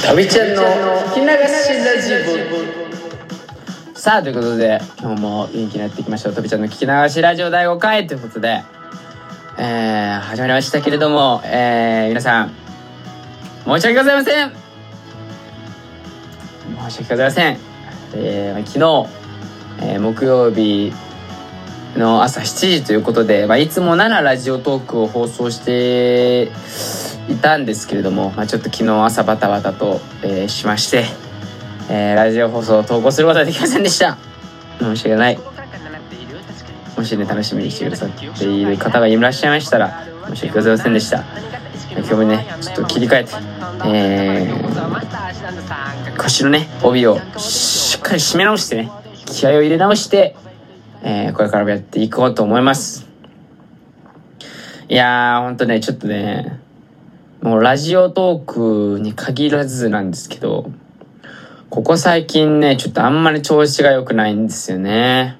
かびちゃんの聞き流しラジオ。さあということで今日も元気になっていきましょう。かびちゃんの聞き流しラジオ第5回ということで、始まりましたけれども、皆さん申し訳ございません。申し訳ございません。昨日、木曜日の朝7時ということで、いつもならラジオトークを放送していたんですけれども、ちょっと昨日朝バタバタと、しまして、ラジオ放送を投稿することができませんでした。申し訳ない。もしね楽しみにしてくださっている方がいらっしゃいましたら申し訳ございませんでした。今日もねちょっと切り替えて、腰のね帯をしっかり締め直してね、気合を入れ直して、これからもやっていこうと思います。いやーほんとねちょっとね、もうラジオトークに限らずなんですけど、ここ最近ねちょっとあんまり調子が良くないんですよね。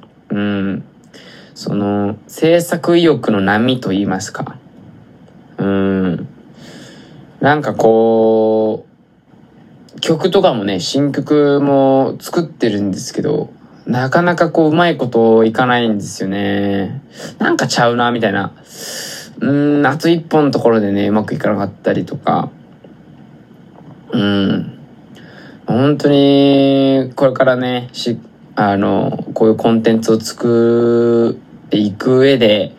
その制作意欲の波と言いますか、なんかこう曲とかもね新曲も作ってるんですけど、なかなかこううまいこといかないんですよね。なんかちゃうなみたいな、あと一本のところでねうまくいかなかったりとか、本当にこれからねこういうコンテンツを作っていく上で、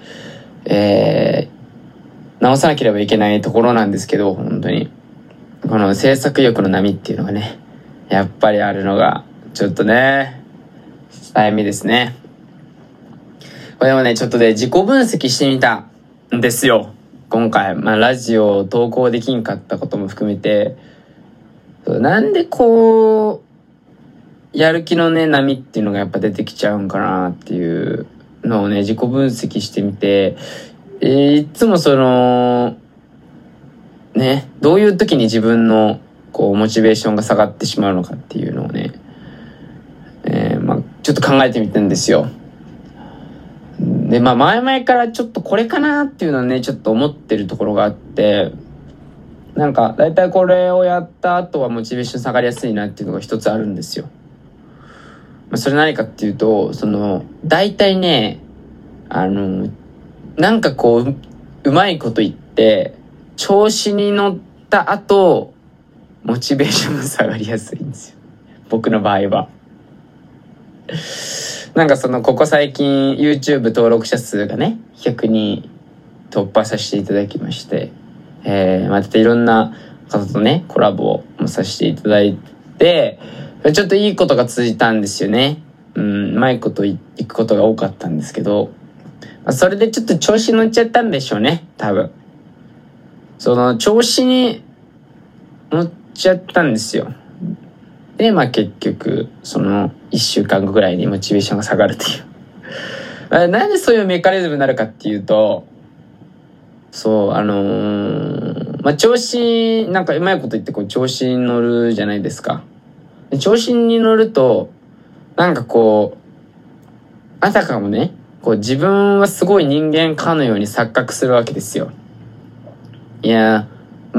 直さなければいけないところなんですけど、本当にこの制作意欲の波っていうのがねやっぱりあるのがちょっとね悩みですね。これでもねちょっとで自己分析してみたんですよ今回。ラジオを投稿できんかったことも含めて、なんでこうやる気のね波っていうのがやっぱ出てきちゃうんかなっていうのをね自己分析してみて、いつもそのねどういう時に自分のこうモチベーションが下がってしまうのかっていうのをね、ちょっと考えてみたんですよ。で前々からちょっとこれかなっていうのはねちょっと思ってるところがあって、なんかだいたいこれをやった後はモチベーション下がりやすいなっていうのが一つあるんですよ。それ何かっていうと、そのだいたいねなんかこううまいこと言って調子に乗った後モチベーションが下がりやすいんですよ僕の場合は。なんかそのここ最近 YouTube 登録者数がね100人突破させていただきまして、またいろんな方とねコラボもさせていただいて、ちょっといいことが続いたんですよね。うまいこといくことが多かったんですけど、それでちょっと調子に乗っちゃったんでしょうね多分。その調子に乗っちゃったんですよ。で結局その1週間後ぐらいにモチベーションが下がるっていうなんでそういうメカニズムになるかっていうと、そう調子なんかうまいこと言ってこう調子に乗るじゃないですか。で調子に乗るとなんかこうあたかもねこう自分はすごい人間かのように錯覚するわけですよ。いや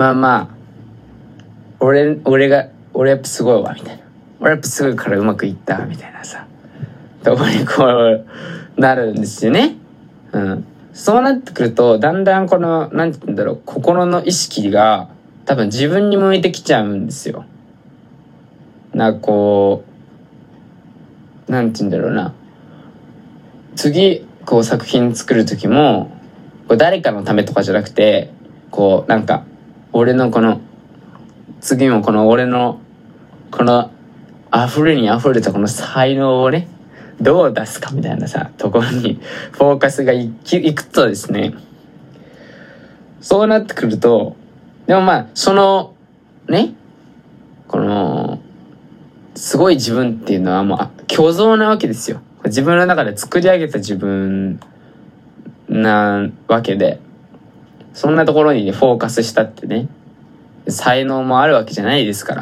俺やっぱすごいわみたいな、俺やっぱすごいからうまくいったみたいなさとこにこうなるんですよね。そうなってくるとだんだんこのなんて言うんだろう、心の意識が多分自分に向いてきちゃうんですよ。なんかこうなんて言うんだろうな、次こう作品作る時もこう誰かのためとかじゃなくて、こうなんか俺のこの次もこの俺のこの溢れに溢れたこの才能をねどう出すかみたいなさところにフォーカスがいくとですね、そうなってくるとでもそのねこのすごい自分っていうのはもう虚像なわけですよ。自分の中で作り上げた自分なわけで、そんなところに、フォーカスしたってね才能もあるわけじゃないですから、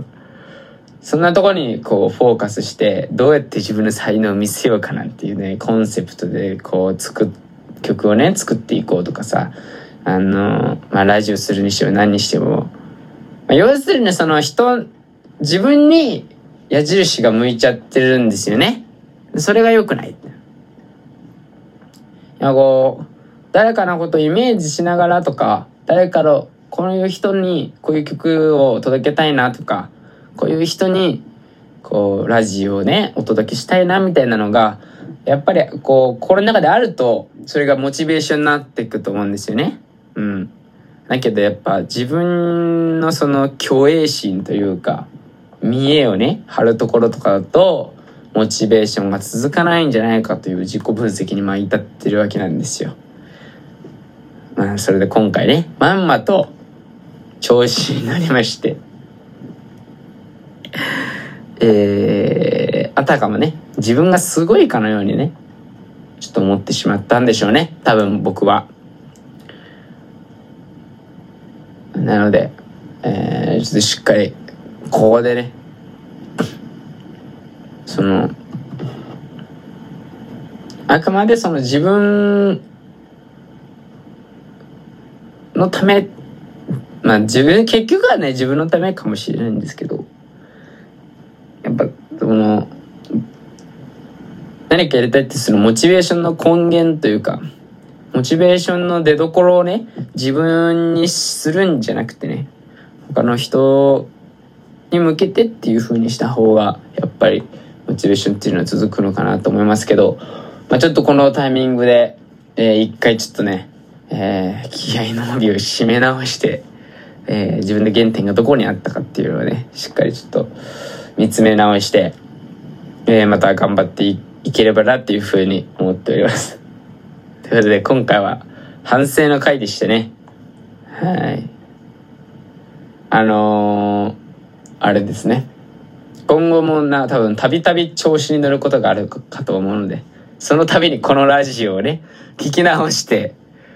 そんなところにこうフォーカスしてどうやって自分の才能を見せようかなんていうねコンセプトでこう曲をね作っていこうとかさ、ラジオするにしても何にしても要するにその自分に矢印が向いちゃってるんですよね。それが良くない。誰かのことをイメージしながらとか、誰かのこういう人にこういう曲を届けたいなとか、こういう人にラジオをねお届けしたいなみたいなのがやっぱり心の中であると、それがモチベーションになっていくと思うんですよね。だけどやっぱ自分のその虚栄心というか見栄をね張るところとかだとモチベーションが続かないんじゃないかという自己分析に至ってるわけなんですよ。それで今回ねまんまと調子になりましてあたかもね自分がすごいかのようにねちょっと思ってしまったんでしょうね、多分僕は。なので、ちょっとしっかりここでねあくまでその自分のため、結局はね自分のためかもしれないんですけど、やっぱ何かやりたいってそのモチベーションの根源というか、モチベーションの出所をね自分にするんじゃなくてね、他の人に向けてっていう風にした方がやっぱりモチベーションっていうのは続くのかなと思いますけど、ちょっとこのタイミングで、一回ちょっとね、気合の帯を締め直して、自分の原点がどこにあったかっていうのをねしっかりちょっと見つめ直して、また頑張っていければなっていう風に思っております。ということで今回は反省の回でしたね。はい。あれですね。今後も多分たびたび調子に乗ることがあるかと思うので、その度にこのラジオをね聞き直して、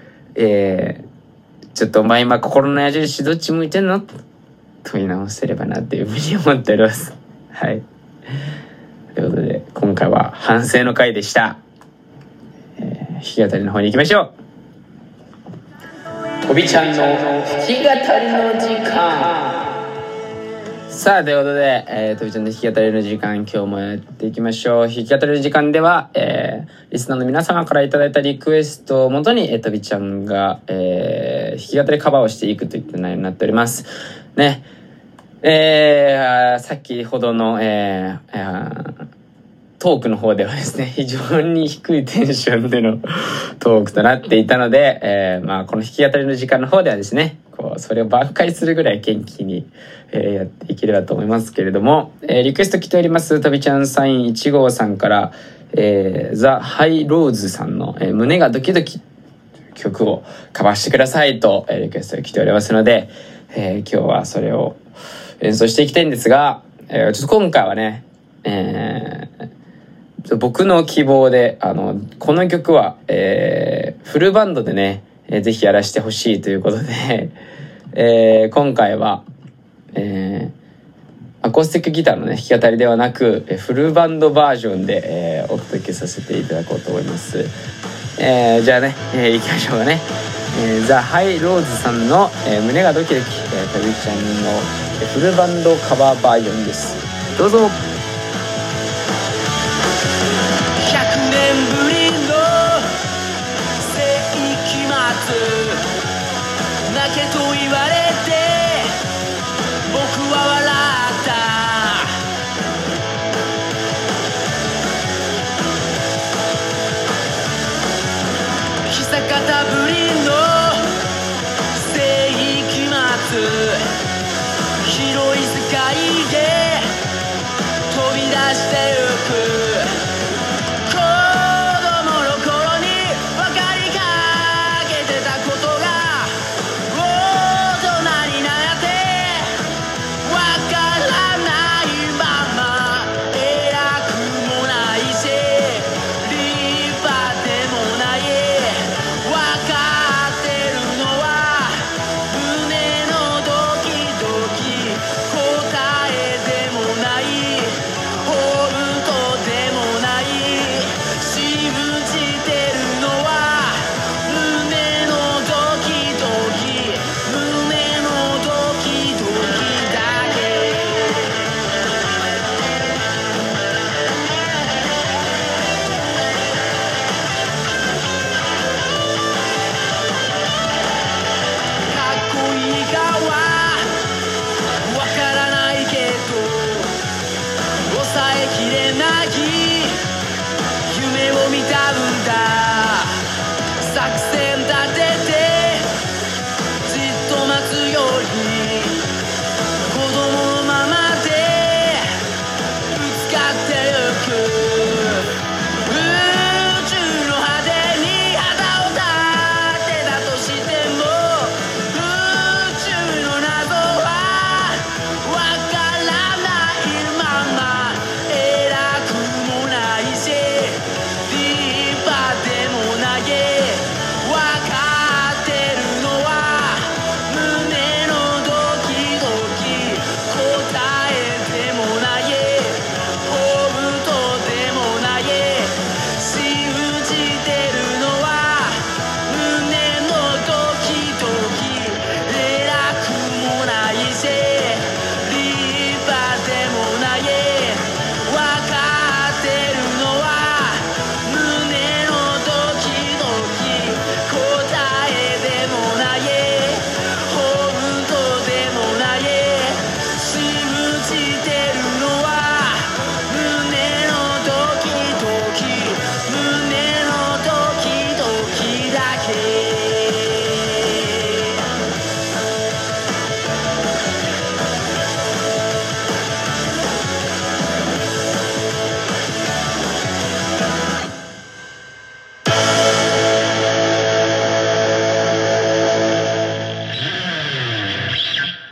ちょっとお前今心の矢印どっち向いてんのと問い直せればなっていうふうに思っております。はい。ということで今回は反省の回でした。弾き語りの方に行きましょう。とびちゃんの弾き語りの時間。さあということで、とびちゃんの弾き語りの時間今日もやっていきましょう。弾き語りの時間では、リスナーの皆様からいただいたリクエストをもとに、とびちゃんが、弾き語りカバーをしていくといった内容になっておりますね。先ほどの、トークの方ではですね非常に低いテンションでのトークとなっていたので、この弾き語りの時間の方ではですねそれを挽回するぐらい元気に、やっていければと思いますけれども、リクエスト来ておりますとびちゃんサイン1号さんから、ザ・ハイローズさんの、胸がドキドキ曲をカバーしてくださいと、リクエストが来ておりますので、今日はそれを演奏していきたいんですが、ちょっと今回はね、僕の希望でこの曲は、フルバンドでね、ぜひやらせてほしいということで、今回は、アコースティックギターのね弾き語りではなく、フルバンドバージョンで、お届けさせていただこうと思います。じゃあね、行きましょうかね。ザ・ハイローズさんの、胸がドキドキ、たびちゃんのフルバンドカバーバージョンです。どうぞ。